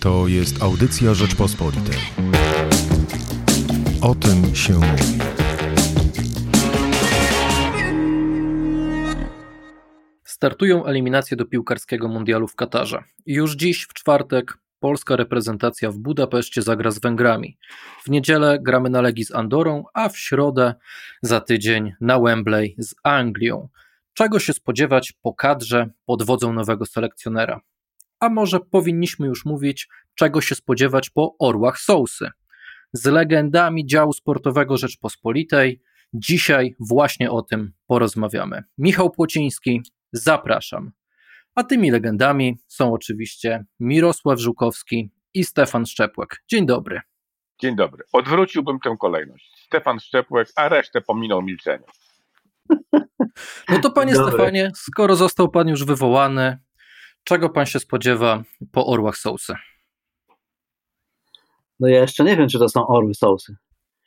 To jest audycja Rzeczpospolitej. O tym się mówi. Startują eliminacje do piłkarskiego mundialu w Katarze. Już dziś, w czwartek, polska reprezentacja w Budapeszcie zagra z Węgrami. W niedzielę gramy na Legii z Andorą, a w środę za tydzień na Wembley z Anglią. Czego się spodziewać po kadrze pod wodzą nowego selekcjonera? A może powinniśmy już mówić, czego się spodziewać po Orłach Sousy? Z legendami działu sportowego Rzeczpospolitej dzisiaj właśnie o tym porozmawiamy. Michał Płociński, zapraszam. A tymi legendami są oczywiście Mirosław Żukowski i Stefan Szczepłek. Dzień dobry. Dzień dobry. Odwróciłbym tę kolejność. Stefan Szczepłek, a resztę pominął milczeniem. No to panie Stefanie, skoro został pan już wywołany, czego pan się spodziewa po Orłach Sousy? No ja jeszcze nie wiem, czy to są Orły Sousy.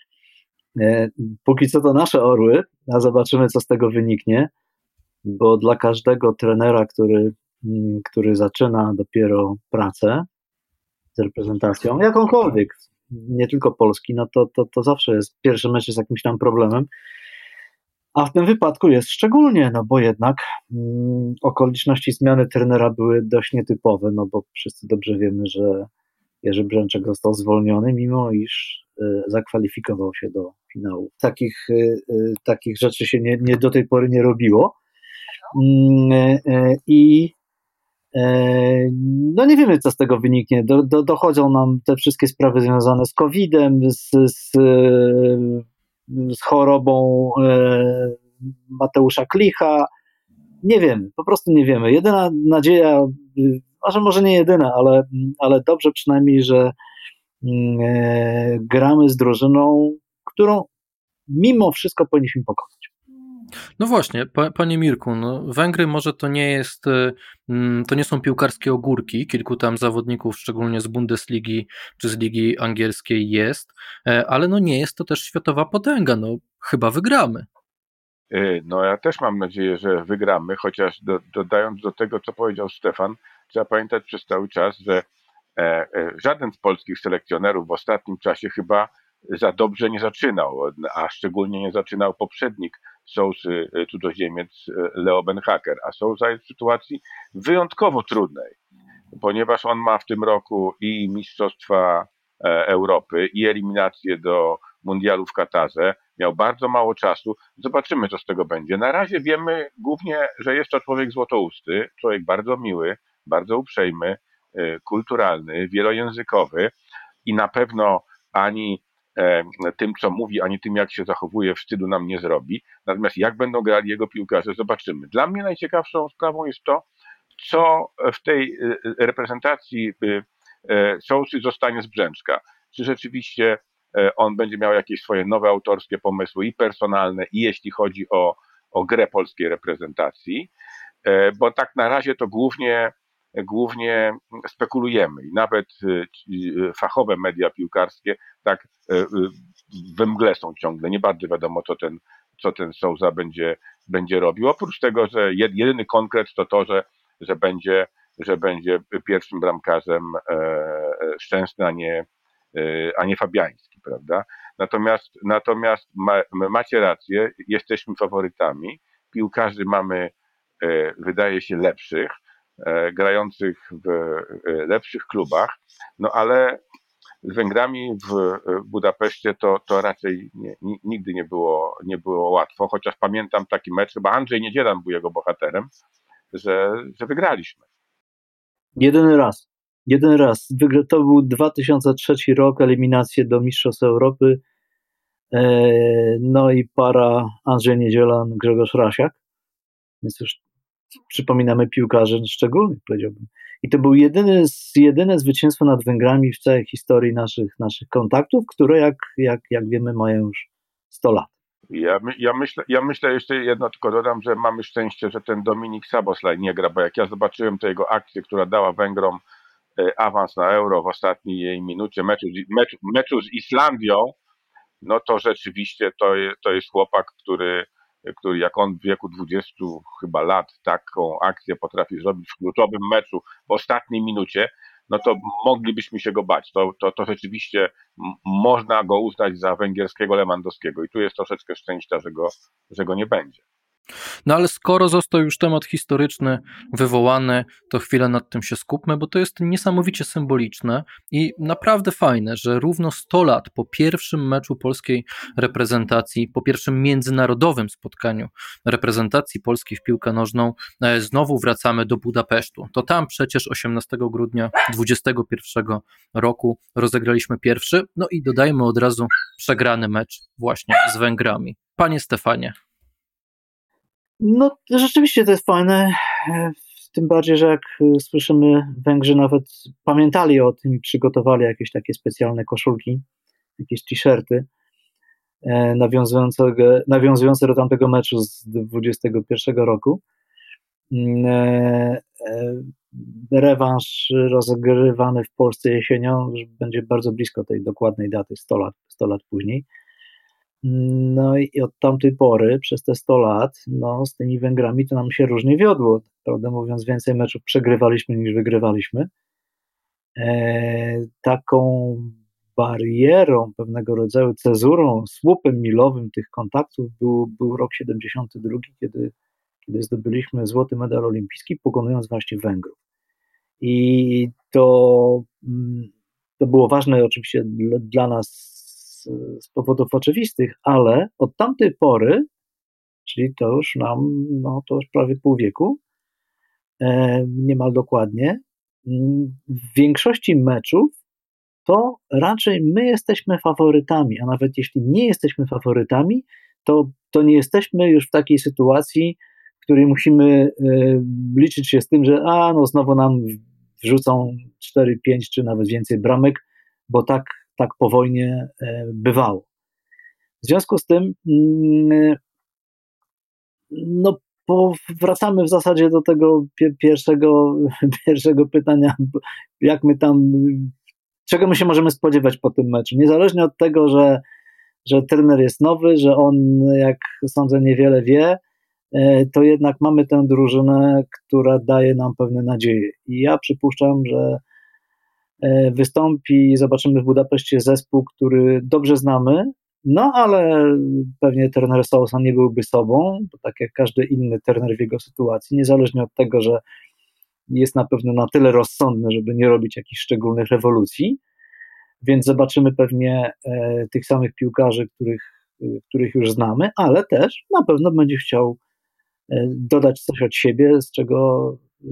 Póki co to nasze orły, a zobaczymy, co z tego wyniknie, bo dla każdego trenera, który zaczyna dopiero pracę z reprezentacją, jakąkolwiek, nie tylko Polski, no to zawsze jest pierwszy mecz z jakimś tam problemem. A w tym wypadku jest szczególnie, no bo jednak okoliczności zmiany trenera były dość nietypowe, no bo wszyscy dobrze wiemy, że Jerzy Brzęczek został zwolniony, mimo iż zakwalifikował się do finału. Takich rzeczy się nie do tej pory nie robiło. I no nie wiemy, co z tego wyniknie. Dochodzą nam te wszystkie sprawy związane z COVID-em, z chorobą Mateusza Klicha. Nie wiemy, po prostu nie wiemy. Jedyna nadzieja, może nie jedyna, ale dobrze przynajmniej, że gramy z drużyną, którą mimo wszystko powinniśmy pokonać. No właśnie, panie Mirku, no Węgry może to nie są piłkarskie ogórki, kilku tam zawodników, szczególnie z Bundesligi czy z Ligi Angielskiej jest, ale no nie jest to też światowa potęga, no chyba wygramy. No ja też mam nadzieję, że wygramy, chociaż dodając do tego, co powiedział Stefan, trzeba pamiętać przez cały czas, że żaden z polskich selekcjonerów w ostatnim czasie chyba za dobrze nie zaczynał, a szczególnie nie zaczynał poprzednik Sousy, cudzoziemiec Leo Beenhakker, a Sousa jest w sytuacji wyjątkowo trudnej, ponieważ on ma w tym roku i Mistrzostwa Europy, i eliminację do mundialu w Katarze, miał bardzo mało czasu, zobaczymy, co z tego będzie. Na razie wiemy głównie, że jest to człowiek złotousty, człowiek bardzo miły, bardzo uprzejmy, kulturalny, wielojęzykowy i na pewno ani tym, co mówi, ani tym, jak się zachowuje, wstydu nam nie zrobi. Natomiast jak będą grali jego piłkarze, zobaczymy. Dla mnie najciekawszą sprawą jest to, co w tej reprezentacji Sousy zostanie z Brzęczka. Czy rzeczywiście on będzie miał jakieś swoje nowe autorskie pomysły i personalne, i jeśli chodzi o grę polskiej reprezentacji, bo tak na razie to głównie spekulujemy i nawet fachowe media piłkarskie tak we mgle są ciągle, nie bardzo wiadomo, co ten Sousa będzie robił, oprócz tego, że jedyny konkret to, że będzie pierwszym bramkarzem Szczęsny, a nie Fabiański, prawda? Natomiast macie rację, jesteśmy faworytami, piłkarzy mamy, wydaje się, lepszych, grających w lepszych klubach, no ale z Węgrami w Budapeszcie to raczej nigdy nie było łatwo, chociaż pamiętam taki mecz, chyba Andrzej Niedzielan był jego bohaterem, że wygraliśmy. Jeden raz. To był 2003 rok, eliminacje do Mistrzostw Europy, no i para Andrzej Niedzielan, Grzegorz Rasiak, więc już przypominamy piłkarzy szczególnych, powiedziałbym. I to był jedyne zwycięstwo nad Węgrami w całej historii naszych kontaktów, które jak wiemy mają już 100 lat. Ja myślę jeszcze jedno, tylko dodam, że mamy szczęście, że ten Dominik Szoboszlai nie gra, bo jak ja zobaczyłem tę jego akcję, która dała Węgrom awans na Euro w ostatniej jej minucie meczu z Islandią, no to rzeczywiście to jest chłopak, który jak on w wieku 20 chyba lat taką akcję potrafi zrobić w kluczowym meczu w ostatniej minucie, no to moglibyśmy się go bać. To rzeczywiście można go uznać za węgierskiego Lewandowskiego i tu jest troszeczkę szczęścia, że go nie będzie. No ale skoro został już temat historyczny wywołany, to chwilę nad tym się skupmy, bo to jest niesamowicie symboliczne i naprawdę fajne, że równo 100 lat po pierwszym meczu polskiej reprezentacji, po pierwszym międzynarodowym spotkaniu reprezentacji polskiej w piłkę nożną, znowu wracamy do Budapesztu. To tam przecież 18 grudnia 2021 roku rozegraliśmy pierwszy, no i dodajmy od razu przegrany mecz właśnie z Węgrami. Panie Stefanie. No, rzeczywiście to jest fajne, tym bardziej, że jak słyszymy, Węgrzy nawet pamiętali o tym i przygotowali jakieś takie specjalne koszulki, jakieś t-shirty nawiązujące do tamtego meczu z 2021 roku. Rewanż rozegrywany w Polsce jesienią będzie bardzo blisko tej dokładnej daty, 100 lat później. No i od tamtej pory, przez te 100 lat, no z tymi Węgrami to nam się różnie wiodło. Prawdę mówiąc, więcej meczów przegrywaliśmy niż wygrywaliśmy. Taką barierą, pewnego rodzaju cezurą, słupem milowym tych kontaktów był rok 72, kiedy zdobyliśmy złoty medal olimpijski, pokonując właśnie Węgrów. I to było ważne oczywiście dla nas z powodów oczywistych, ale od tamtej pory, czyli to już to już prawie pół wieku, niemal dokładnie, w większości meczów to raczej my jesteśmy faworytami, a nawet jeśli nie jesteśmy faworytami, to nie jesteśmy już w takiej sytuacji, w której musimy liczyć się z tym, że znowu nam wrzucą 4, 5 czy nawet więcej bramek, bo tak po wojnie bywało. W związku z tym wracamy w zasadzie do tego pierwszego pytania, czego my się możemy spodziewać po tym meczu. Niezależnie od tego, że trener jest nowy, że on, jak sądzę, niewiele wie, to jednak mamy tę drużynę, która daje nam pewne nadzieje. I ja przypuszczam, że wystąpi, zobaczymy w Budapeszcie zespół, który dobrze znamy, no ale pewnie trener Sousa nie byłby sobą, bo tak jak każdy inny trener w jego sytuacji, niezależnie od tego, że jest na pewno na tyle rozsądny, żeby nie robić jakichś szczególnych rewolucji, więc zobaczymy pewnie tych samych piłkarzy, których już znamy, ale też na pewno będzie chciał dodać coś od siebie, z czego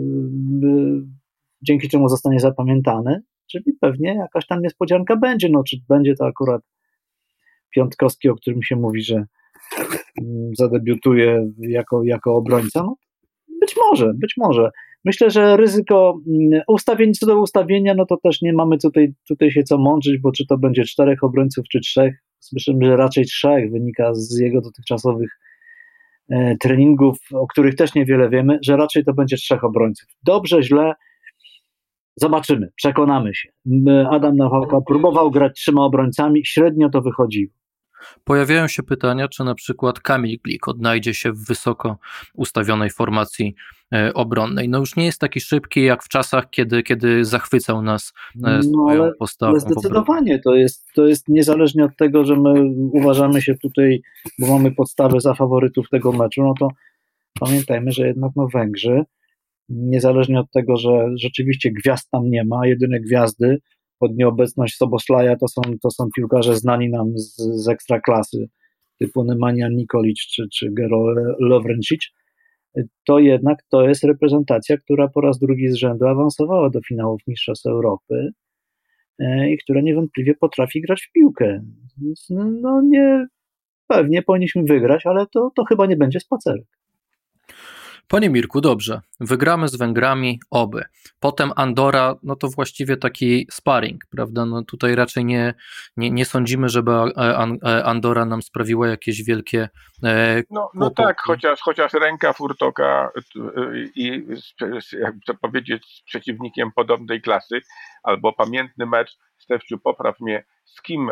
dzięki czemu zostanie zapamiętany, czyli pewnie jakaś tam niespodzianka będzie, czy będzie to akurat Piątkowski, o którym się mówi, że zadebiutuje jako obrońca, być może. Myślę, że ryzyko co do ustawienia, to też nie mamy tutaj się co mądrzyć, bo czy to będzie 4 obrońców, czy 3, słyszymy, że raczej 3 wynika z jego dotychczasowych treningów, o których też niewiele wiemy, że raczej to będzie 3 obrońców. Dobrze, źle, zobaczymy, przekonamy się. Adam Nawałka próbował grać 3 obrońcami, średnio to wychodziło. Pojawiają się pytania, czy na przykład Kamil Glik odnajdzie się w wysoko ustawionej formacji obronnej. Już nie jest taki szybki jak w czasach, kiedy zachwycał nas swoją postawą. Ale zdecydowanie to jest niezależnie od tego, że my uważamy się tutaj, bo mamy podstawę za faworytów tego meczu, to pamiętajmy, że jednak Węgrzy, niezależnie od tego, że rzeczywiście gwiazd tam nie ma, jedyne gwiazdy pod nieobecność Soboslaja to są piłkarze znani nam z ekstraklasy, typu Nemanja Nikolic czy Gero Lovrencic, to jednak to jest reprezentacja, która po raz drugi z rzędu awansowała do finałów Mistrzostw Europy i która niewątpliwie potrafi grać w piłkę. Więc pewnie powinniśmy wygrać, ale to chyba nie będzie spacerek. Panie Mirku, dobrze, wygramy z Węgrami oby. Potem Andora, to właściwie taki sparring, prawda? Tutaj raczej nie sądzimy, żeby Andora nam sprawiła jakieś wielkie kłopoty. Tak, chociaż ręka Furtoka i jakby to powiedzieć z przeciwnikiem podobnej klasy, albo pamiętny mecz, Stefciu, popraw mnie, z kim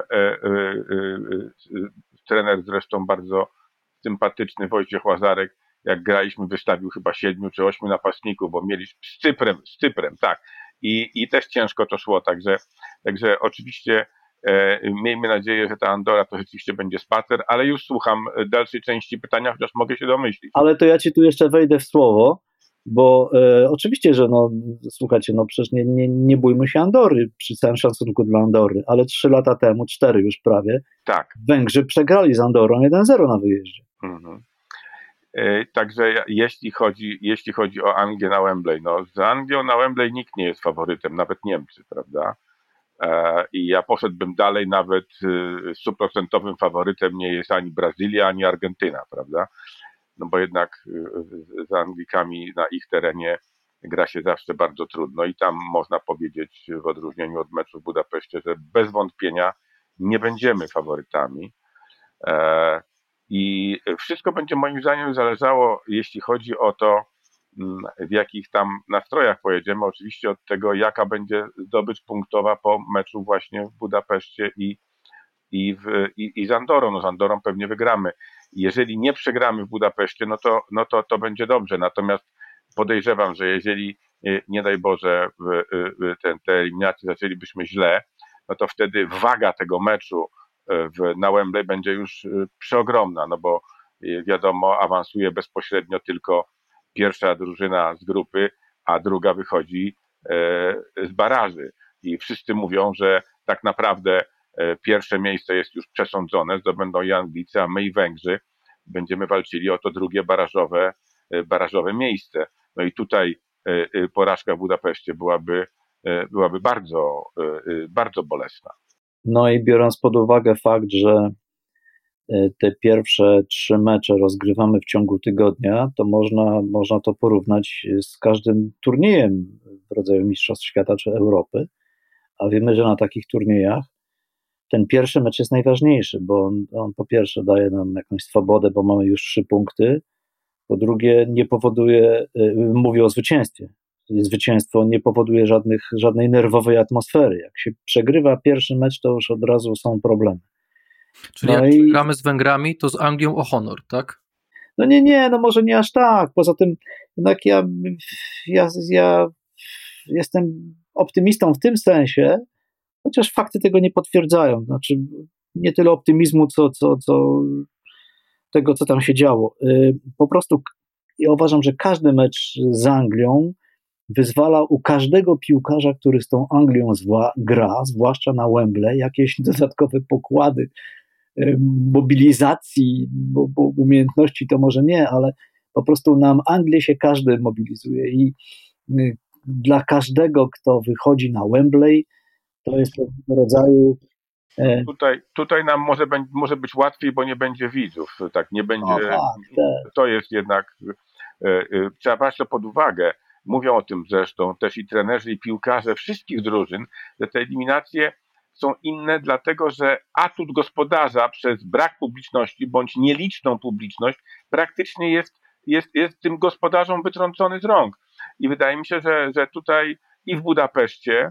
trener zresztą bardzo sympatyczny Wojciech Łazarek, jak graliśmy, wystawił chyba 7 czy 8 napastników, bo mieli z Cyprem, tak. i też ciężko to szło, także oczywiście miejmy nadzieję, że ta Andora to rzeczywiście będzie spacer, ale już słucham dalszej części pytania, chociaż mogę się domyślić. Ale to ja ci tu jeszcze wejdę w słowo, bo oczywiście, że słuchajcie, przecież nie bójmy się Andory, przy całym szacunku dla Andory, ale 3 lata temu, 4 już prawie, tak. Węgrzy przegrali z Andorą 1-0 na wyjeździe. Mhm. Także jeśli chodzi o Anglię na Wembley, za Anglią na Wembley nikt nie jest faworytem, nawet Niemcy, prawda? I ja poszedłbym dalej, nawet 100% faworytem nie jest ani Brazylia, ani Argentyna, prawda? Bo jednak z Anglikami na ich terenie gra się zawsze bardzo trudno i tam można powiedzieć, w odróżnieniu od meczu w Budapeszcie, że bez wątpienia nie będziemy faworytami. I wszystko będzie moim zdaniem zależało, jeśli chodzi o to, w jakich tam nastrojach pojedziemy, oczywiście od tego, jaka będzie zdobycz punktowa po meczu właśnie w Budapeszcie i z Andorą. Z Andorą pewnie wygramy. Jeżeli nie przegramy w Budapeszcie, to będzie dobrze. Natomiast podejrzewam, że jeżeli nie daj Boże te eliminacje zaczęlibyśmy źle, to wtedy waga tego meczu na Wembley będzie już przeogromna, bo wiadomo, awansuje bezpośrednio tylko pierwsza drużyna z grupy, a druga wychodzi z baraży. I wszyscy mówią, że tak naprawdę pierwsze miejsce jest już przesądzone, zdobędą i Anglicy, a my i Węgrzy będziemy walczyli o to drugie barażowe miejsce. I tutaj porażka w Budapeszcie byłaby bardzo, bardzo bolesna. I biorąc pod uwagę fakt, że te pierwsze 3 mecze rozgrywamy w ciągu tygodnia, to można to porównać z każdym turniejem w rodzaju Mistrzostw Świata czy Europy, a wiemy, że na takich turniejach ten pierwszy mecz jest najważniejszy, bo on po pierwsze daje nam jakąś swobodę, bo mamy już 3 punkty, po drugie nie powoduje, mówię o zwycięstwie, zwycięstwo nie powoduje żadnej nerwowej atmosfery. Jak się przegrywa pierwszy mecz, to już od razu są problemy. Czyli jak gramy z Węgrami, to z Anglią o honor, tak? Nie, może nie aż tak. Poza tym jednak ja jestem optymistą w tym sensie, chociaż fakty tego nie potwierdzają. Znaczy nie tyle optymizmu, co tego, co tam się działo. Po prostu ja uważam, że każdy mecz z Anglią wyzwala u każdego piłkarza, który z tą Anglią gra, zwłaszcza na Wembley, jakieś dodatkowe pokłady mobilizacji, bo umiejętności to może nie, ale po prostu nam Anglię się każdy mobilizuje i dla każdego, kto wychodzi na Wembley, to jest pewnego rodzaju... Tutaj nam może być łatwiej, bo nie będzie widzów, tak, nie będzie, tak. To jest jednak, trzeba brać to pod uwagę. Mówią o tym zresztą też i trenerzy, i piłkarze wszystkich drużyn, że te eliminacje są inne, dlatego że atut gospodarza przez brak publiczności bądź nieliczną publiczność praktycznie jest tym gospodarzom wytrącony z rąk. I wydaje mi się, że tutaj i w Budapeszcie,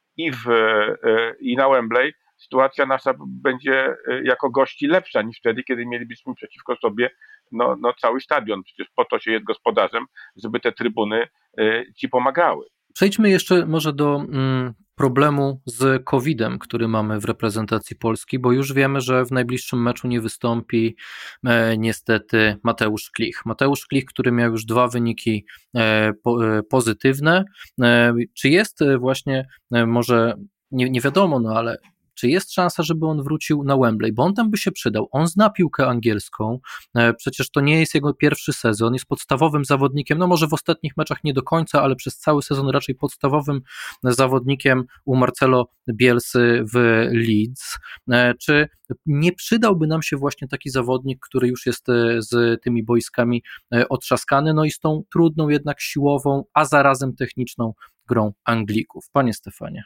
i na Wembley sytuacja nasza będzie jako gości lepsza niż wtedy, kiedy mielibyśmy przeciwko sobie cały stadion. Przecież po to się jest gospodarzem, żeby te trybuny ci pomagały. Przejdźmy jeszcze może do problemu z COVID-em, który mamy w reprezentacji Polski, bo już wiemy, że w najbliższym meczu nie wystąpi niestety Mateusz Klich. Mateusz Klich, który miał już 2 wyniki pozytywne. Czy jest właśnie, może nie wiadomo, ale czy jest szansa, żeby on wrócił na Wembley, bo on tam by się przydał, on zna piłkę angielską, przecież to nie jest jego pierwszy sezon, jest podstawowym zawodnikiem, może w ostatnich meczach nie do końca, ale przez cały sezon raczej podstawowym zawodnikiem u Marcelo Bielsy w Leeds. Czy nie przydałby nam się właśnie taki zawodnik, który już jest z tymi boiskami otrzaskany, i z tą trudną jednak siłową, a zarazem techniczną grą Anglików? Panie Stefanie.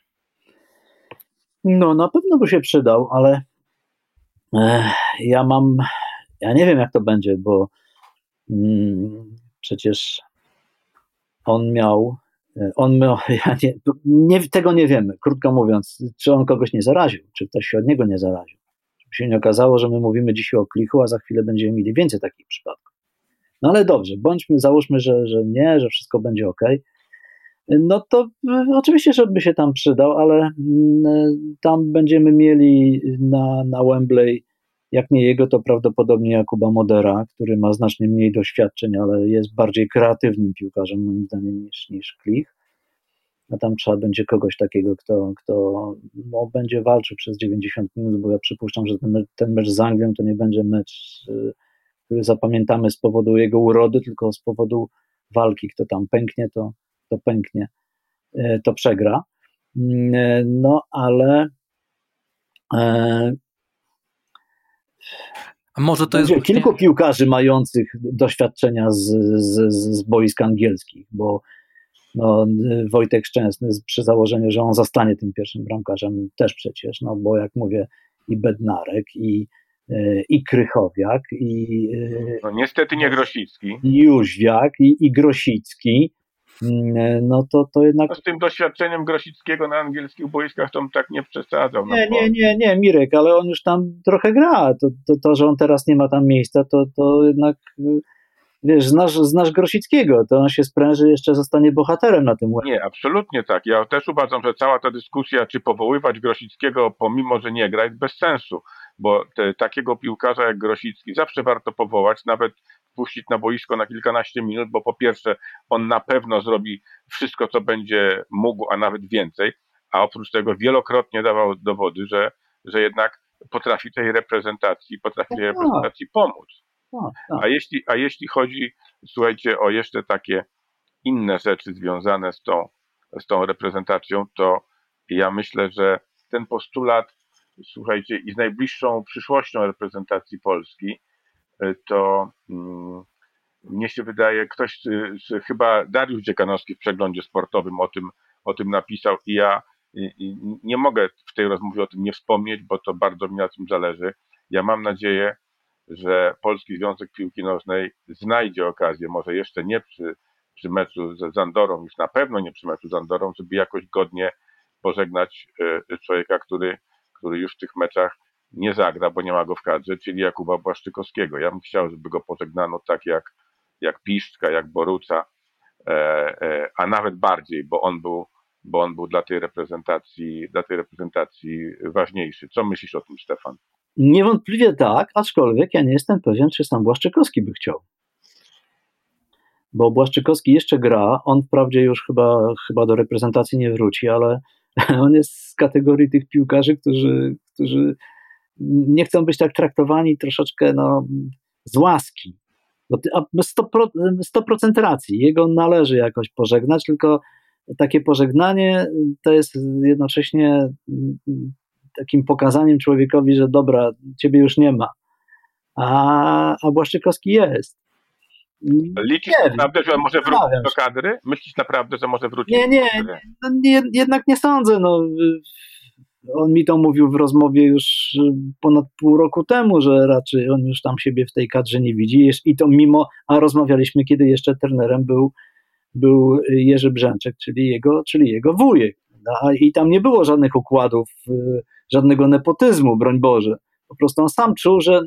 Na pewno by się przydał, ale ja nie wiem, jak to będzie, bo przecież tego nie wiemy, krótko mówiąc, czy on kogoś nie zaraził, czy ktoś się od niego nie zaraził. Żeby się nie okazało, że my mówimy dzisiaj o Klichu, a za chwilę będziemy mieli więcej takich przypadków. Ale dobrze, załóżmy, że nie, że wszystko będzie ok. no to oczywiście, żeby się tam przydał, ale tam będziemy mieli na Wembley, jak nie jego, to prawdopodobnie Jakuba Modera, który ma znacznie mniej doświadczeń, ale jest bardziej kreatywnym piłkarzem moim zdaniem niż Klich. A tam trzeba będzie kogoś takiego, kto będzie walczył przez 90 minut, bo ja przypuszczam, że ten mecz z Anglią to nie będzie mecz, który zapamiętamy z powodu jego urody, tylko z powodu walki. Kto tam pęknie, to pęknie, to przegra. No ale a może to jest będzie kilku piłkarzy mających doświadczenia z boisk angielskich, bo Wojtek Szczęsny przy założeniu, że on zostanie tym pierwszym bramkarzem też przecież, no bo jak mówię, i Bednarek, i Krychowiak, no niestety nie Grosicki. I Jóźwiak, i Grosicki, no to jednak... No z tym doświadczeniem Grosickiego na angielskich boiskach to tak nie przesadzał. Nie, Mirek, ale on już tam trochę gra. To, że on teraz nie ma tam miejsca, to jednak... Wiesz, znasz Grosickiego, to on się spręży, jeszcze zostanie bohaterem na tym Nie, absolutnie tak. Ja też uważam, że cała ta dyskusja, czy powoływać Grosickiego, pomimo że nie gra, jest bez sensu, bo takiego piłkarza jak Grosicki zawsze warto powołać, nawet puścić na boisko na kilkanaście minut, bo po pierwsze on na pewno zrobi wszystko, co będzie mógł, a nawet więcej, a oprócz tego wielokrotnie dawał dowody, że jednak potrafi tej reprezentacji pomóc. A jeśli chodzi, słuchajcie, o jeszcze takie inne rzeczy związane z tą reprezentacją, to ja myślę, że ten postulat, słuchajcie, i z najbliższą przyszłością reprezentacji Polski, to mnie się wydaje, chyba Dariusz Dziekanowski w przeglądzie sportowym o tym napisał i ja nie mogę w tej rozmowie o tym nie wspomnieć, bo to bardzo mi na tym zależy. Ja mam nadzieję, że Polski Związek Piłki Nożnej znajdzie okazję, może jeszcze nie przy meczu z Andorą, już na pewno nie przy meczu z Andorą, żeby jakoś godnie pożegnać człowieka, który już w tych meczach nie zagra, bo nie ma go w kadrze, czyli Jakuba Błaszczykowskiego. Ja bym chciał, żeby go pożegnano tak jak Piszczka, jak Boruca, a nawet bardziej, bo on był dla tej reprezentacji ważniejszy. Co myślisz o tym, Stefan? Niewątpliwie tak, aczkolwiek ja nie jestem pewien, czy sam Błaszczykowski by chciał. Bo Błaszczykowski jeszcze gra, on wprawdzie już chyba do reprezentacji nie wróci, ale on jest z kategorii tych piłkarzy, którzy nie chcą być tak traktowani troszeczkę z łaski. Bo 100% racji, jego należy jakoś pożegnać, tylko takie pożegnanie to jest jednocześnie takim pokazaniem człowiekowi, że dobra, ciebie już nie ma, a Błaszczykowski jest. Liczysz naprawdę, że może wrócić do kadry? Myślisz naprawdę, że może wrócić do kadry? Jednak nie sądzę. On mi to mówił w rozmowie już ponad pół roku temu, że raczej on już tam siebie w tej kadrze nie widzi i to a rozmawialiśmy, kiedy jeszcze trenerem był Jerzy Brzęczek, czyli jego wujek. I tam nie było żadnych układów, żadnego nepotyzmu, broń Boże. Po prostu on sam czuł, że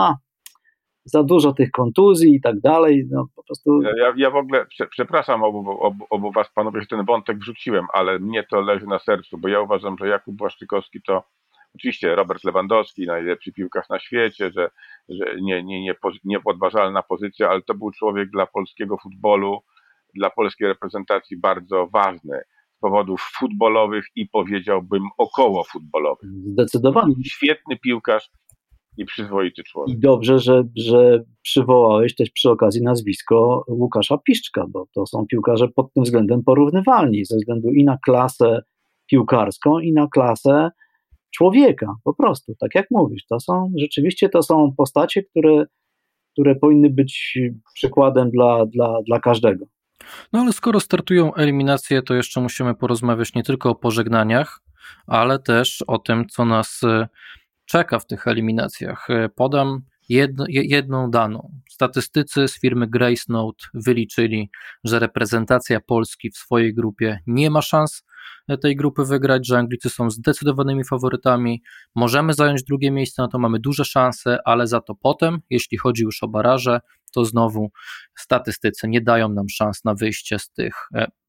za dużo tych kontuzji i tak dalej. Po prostu... Ja w ogóle, przepraszam obu was panowie, że ten wątek wrzuciłem, ale mnie to leży na sercu, bo ja uważam, że Jakub Błaszczykowski to oczywiście Robert Lewandowski, najlepszy piłkarz na świecie, że niepodważalna pozycja, ale to był człowiek dla polskiego futbolu, dla polskiej reprezentacji bardzo ważny z powodów futbolowych i powiedziałbym około futbolowych. Zdecydowanie. Świetny piłkarz i przyzwoity człowiek. I dobrze, że przywołałeś też przy okazji nazwisko Łukasza Piszczka, bo to są piłkarze pod tym względem porównywalni, ze względu i na klasę piłkarską, i na klasę człowieka, po prostu, tak jak mówisz. Rzeczywiście to są postacie, które powinny być przykładem dla każdego. No ale skoro startują eliminacje, to jeszcze musimy porozmawiać nie tylko o pożegnaniach, ale też o tym, co nas czeka w tych eliminacjach. Podam jedną daną. Statystycy z firmy Gracenote wyliczyli, że reprezentacja Polski w swojej grupie nie ma szans tej grupy wygrać, że Anglicy są zdecydowanymi faworytami. Możemy zająć drugie miejsce, no to mamy duże szanse, ale za to potem, jeśli chodzi już o baraże, to znowu statystycy nie dają nam szans na wyjście z tych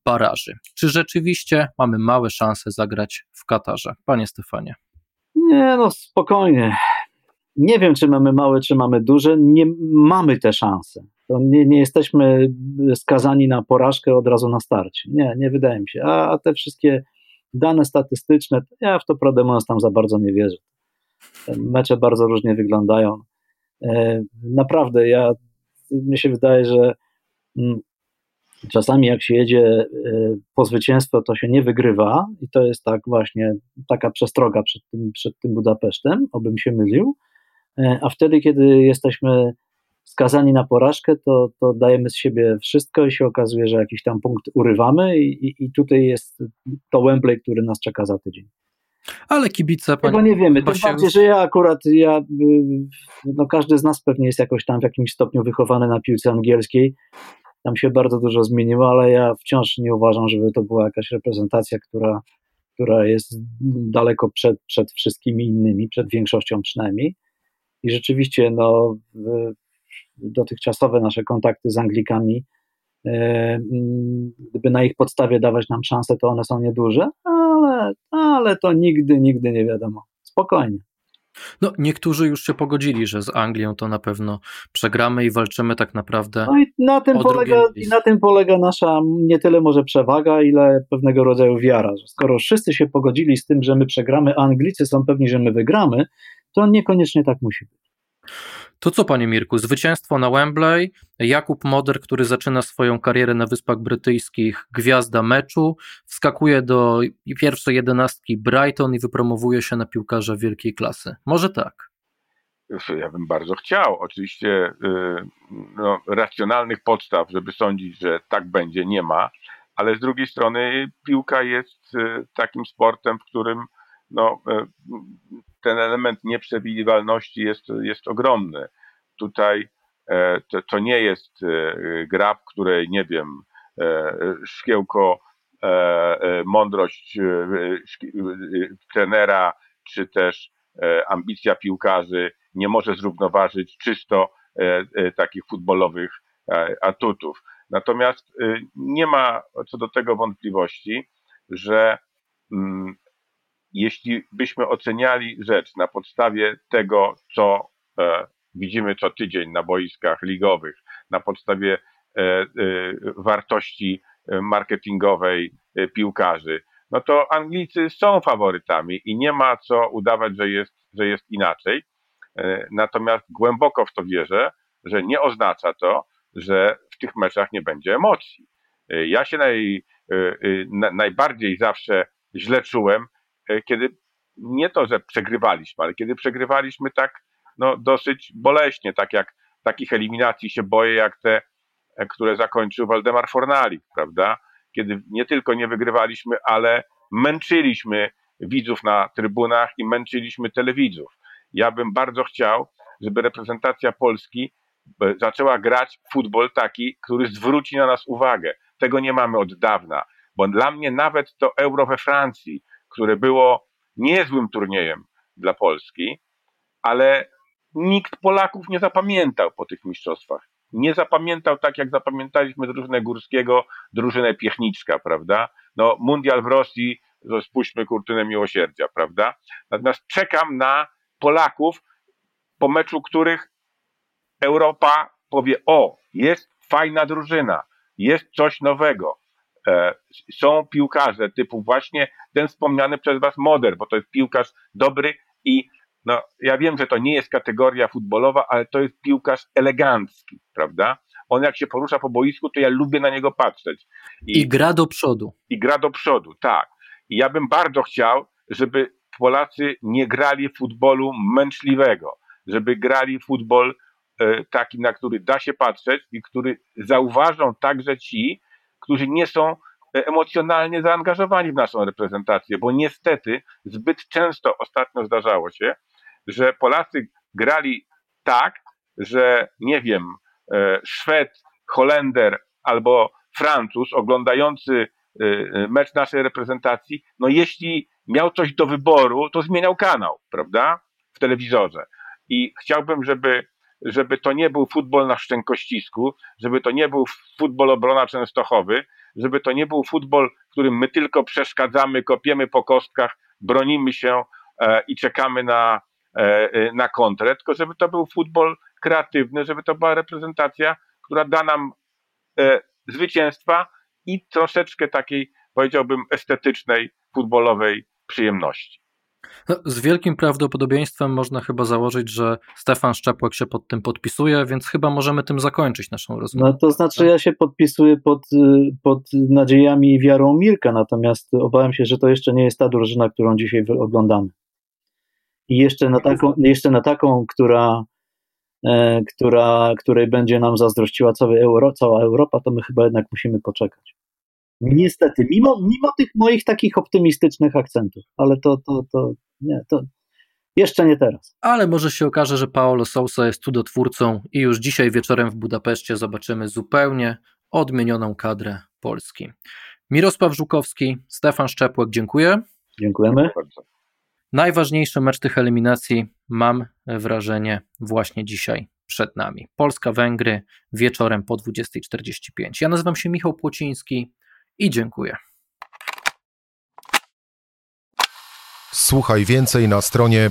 baraży. Czy rzeczywiście mamy małe szanse zagrać w Katarze? Panie Stefanie. Nie, no spokojnie. Nie wiem, czy mamy małe, czy mamy duże. Nie mamy te szanse. To nie jesteśmy skazani na porażkę od razu na starcie. Nie wydaje mi się. A te wszystkie dane statystyczne, ja w to prawdę mówiąc tam za bardzo nie wierzę. Te mecze bardzo różnie wyglądają. Naprawdę, mnie się wydaje, że czasami jak się jedzie po zwycięstwo, to się nie wygrywa i to jest tak właśnie taka przestroga przed tym Budapesztem, obym się mylił, a wtedy, kiedy jesteśmy skazani na porażkę, to dajemy z siebie wszystko i się okazuje, że jakiś tam punkt urywamy i tutaj jest to Wembley, który nas czeka za tydzień. Ale kibice... Tego nie wiemy, tym bardziej, że no każdy z nas pewnie jest jakoś tam w jakimś stopniu wychowany na piłce angielskiej. Tam się bardzo dużo zmieniło, ale ja wciąż nie uważam, żeby to była jakaś reprezentacja, która jest daleko przed wszystkimi innymi, przed większością przynajmniej. I rzeczywiście no, dotychczasowe nasze kontakty z Anglikami, gdyby na ich podstawie dawać nam szanse, to one są nieduże, ale to nigdy nie wiadomo. Spokojnie. No, niektórzy już się pogodzili, że z Anglią to na pewno przegramy i walczymy tak naprawdę. No i na tym polega nasza nie tyle może przewaga, ile pewnego rodzaju wiara. Że skoro wszyscy się pogodzili z tym, że my przegramy, a Anglicy są pewni, że my wygramy, to niekoniecznie tak musi być. To co, panie Mirku, zwycięstwo na Wembley, Jakub Moder, który zaczyna swoją karierę na Wyspach Brytyjskich, gwiazda meczu, wskakuje do pierwszej 11 Brighton i wypromowuje się na piłkarza wielkiej klasy. Może tak? Ja bym bardzo chciał. Oczywiście racjonalnych podstaw, żeby sądzić, że tak będzie, nie ma, ale z drugiej strony piłka jest takim sportem, w którym ten element nieprzewidywalności jest ogromny. Tutaj to nie jest gra, w której, nie wiem, szkiełko, mądrość trenera, czy też ambicja piłkarzy nie może zrównoważyć czysto takich futbolowych atutów. Natomiast nie ma co do tego wątpliwości, że jeśli byśmy oceniali rzecz na podstawie tego, co widzimy co tydzień na boiskach ligowych, na podstawie wartości marketingowej piłkarzy, no to Anglicy są faworytami i nie ma co udawać, że jest inaczej. Natomiast głęboko w to wierzę, że nie oznacza to, że w tych meczach nie będzie emocji. Ja się najbardziej zawsze źle czułem, kiedy nie to, że przegrywaliśmy, ale kiedy przegrywaliśmy tak dosyć boleśnie, tak jak takich eliminacji się boję, jak te, które zakończył Waldemar Fornalik, prawda? Kiedy nie tylko nie wygrywaliśmy, ale męczyliśmy widzów na trybunach i męczyliśmy telewidzów. Ja bym bardzo chciał, żeby reprezentacja Polski zaczęła grać futbol taki, który zwróci na nas uwagę. Tego nie mamy od dawna, bo dla mnie nawet to Euro we Francji, które było niezłym turniejem dla Polski, ale nikt Polaków nie zapamiętał po tych mistrzostwach. Nie zapamiętał tak, jak zapamiętaliśmy drużynę Górskiego, drużynę Piechniczka, prawda? No, mundial w Rosji, spuśćmy kurtynę miłosierdzia, prawda? Natomiast czekam na Polaków, po meczu których Europa powie: o, jest fajna drużyna, jest coś nowego. Są piłkarze typu właśnie ten wspomniany przez was Moder, bo to jest piłkarz dobry i ja wiem, że to nie jest kategoria futbolowa, ale to jest piłkarz elegancki, prawda? On jak się porusza po boisku, to ja lubię na niego patrzeć. I gra do przodu. I gra do przodu, tak. I ja bym bardzo chciał, żeby Polacy nie grali futbolu męczliwego, żeby grali futbol taki, na który da się patrzeć i który zauważą także ci, którzy nie są emocjonalnie zaangażowani w naszą reprezentację, bo niestety zbyt często ostatnio zdarzało się, że Polacy grali tak, że nie wiem, Szwed, Holender albo Francuz oglądający mecz naszej reprezentacji, jeśli miał coś do wyboru, to zmieniał kanał, prawda, w telewizorze. I chciałbym, żeby żeby to nie był futbol na szczękościsku, żeby to nie był futbol Obrona Częstochowy, żeby to nie był futbol, w którym my tylko przeszkadzamy, kopiemy po kostkach, bronimy się i czekamy na kontrę, tylko żeby to był futbol kreatywny, żeby to była reprezentacja, która da nam zwycięstwa i troszeczkę takiej, powiedziałbym, estetycznej, futbolowej przyjemności. Z wielkim prawdopodobieństwem można chyba założyć, że Stefan Szczepłek się pod tym podpisuje, więc chyba możemy tym zakończyć naszą rozmowę. No to znaczy ja się podpisuję pod nadziejami i wiarą Mirka, natomiast obawiam się, że to jeszcze nie jest ta drużyna, którą dzisiaj oglądamy. I jeszcze na taką, której będzie nam zazdrościła cała Europa, to my chyba jednak musimy poczekać. Niestety, mimo tych moich takich optymistycznych akcentów, ale to jeszcze nie teraz. Ale może się okaże, że Paulo Sousa jest cudotwórcą i już dzisiaj wieczorem w Budapeszcie zobaczymy zupełnie odmienioną kadrę Polski. Mirosław Żukowski, Stefan Szczepłek, dziękuję. Dziękujemy. Najważniejszy mecz tych eliminacji, mam wrażenie, właśnie dzisiaj przed nami. Polska-Węgry wieczorem po 20:45. Ja nazywam się Michał Płociński i dziękuję. Słuchaj więcej na stronie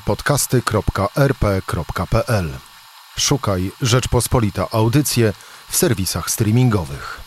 podcasty.rp.pl. Szukaj Rzeczpospolita Audycje w serwisach streamingowych.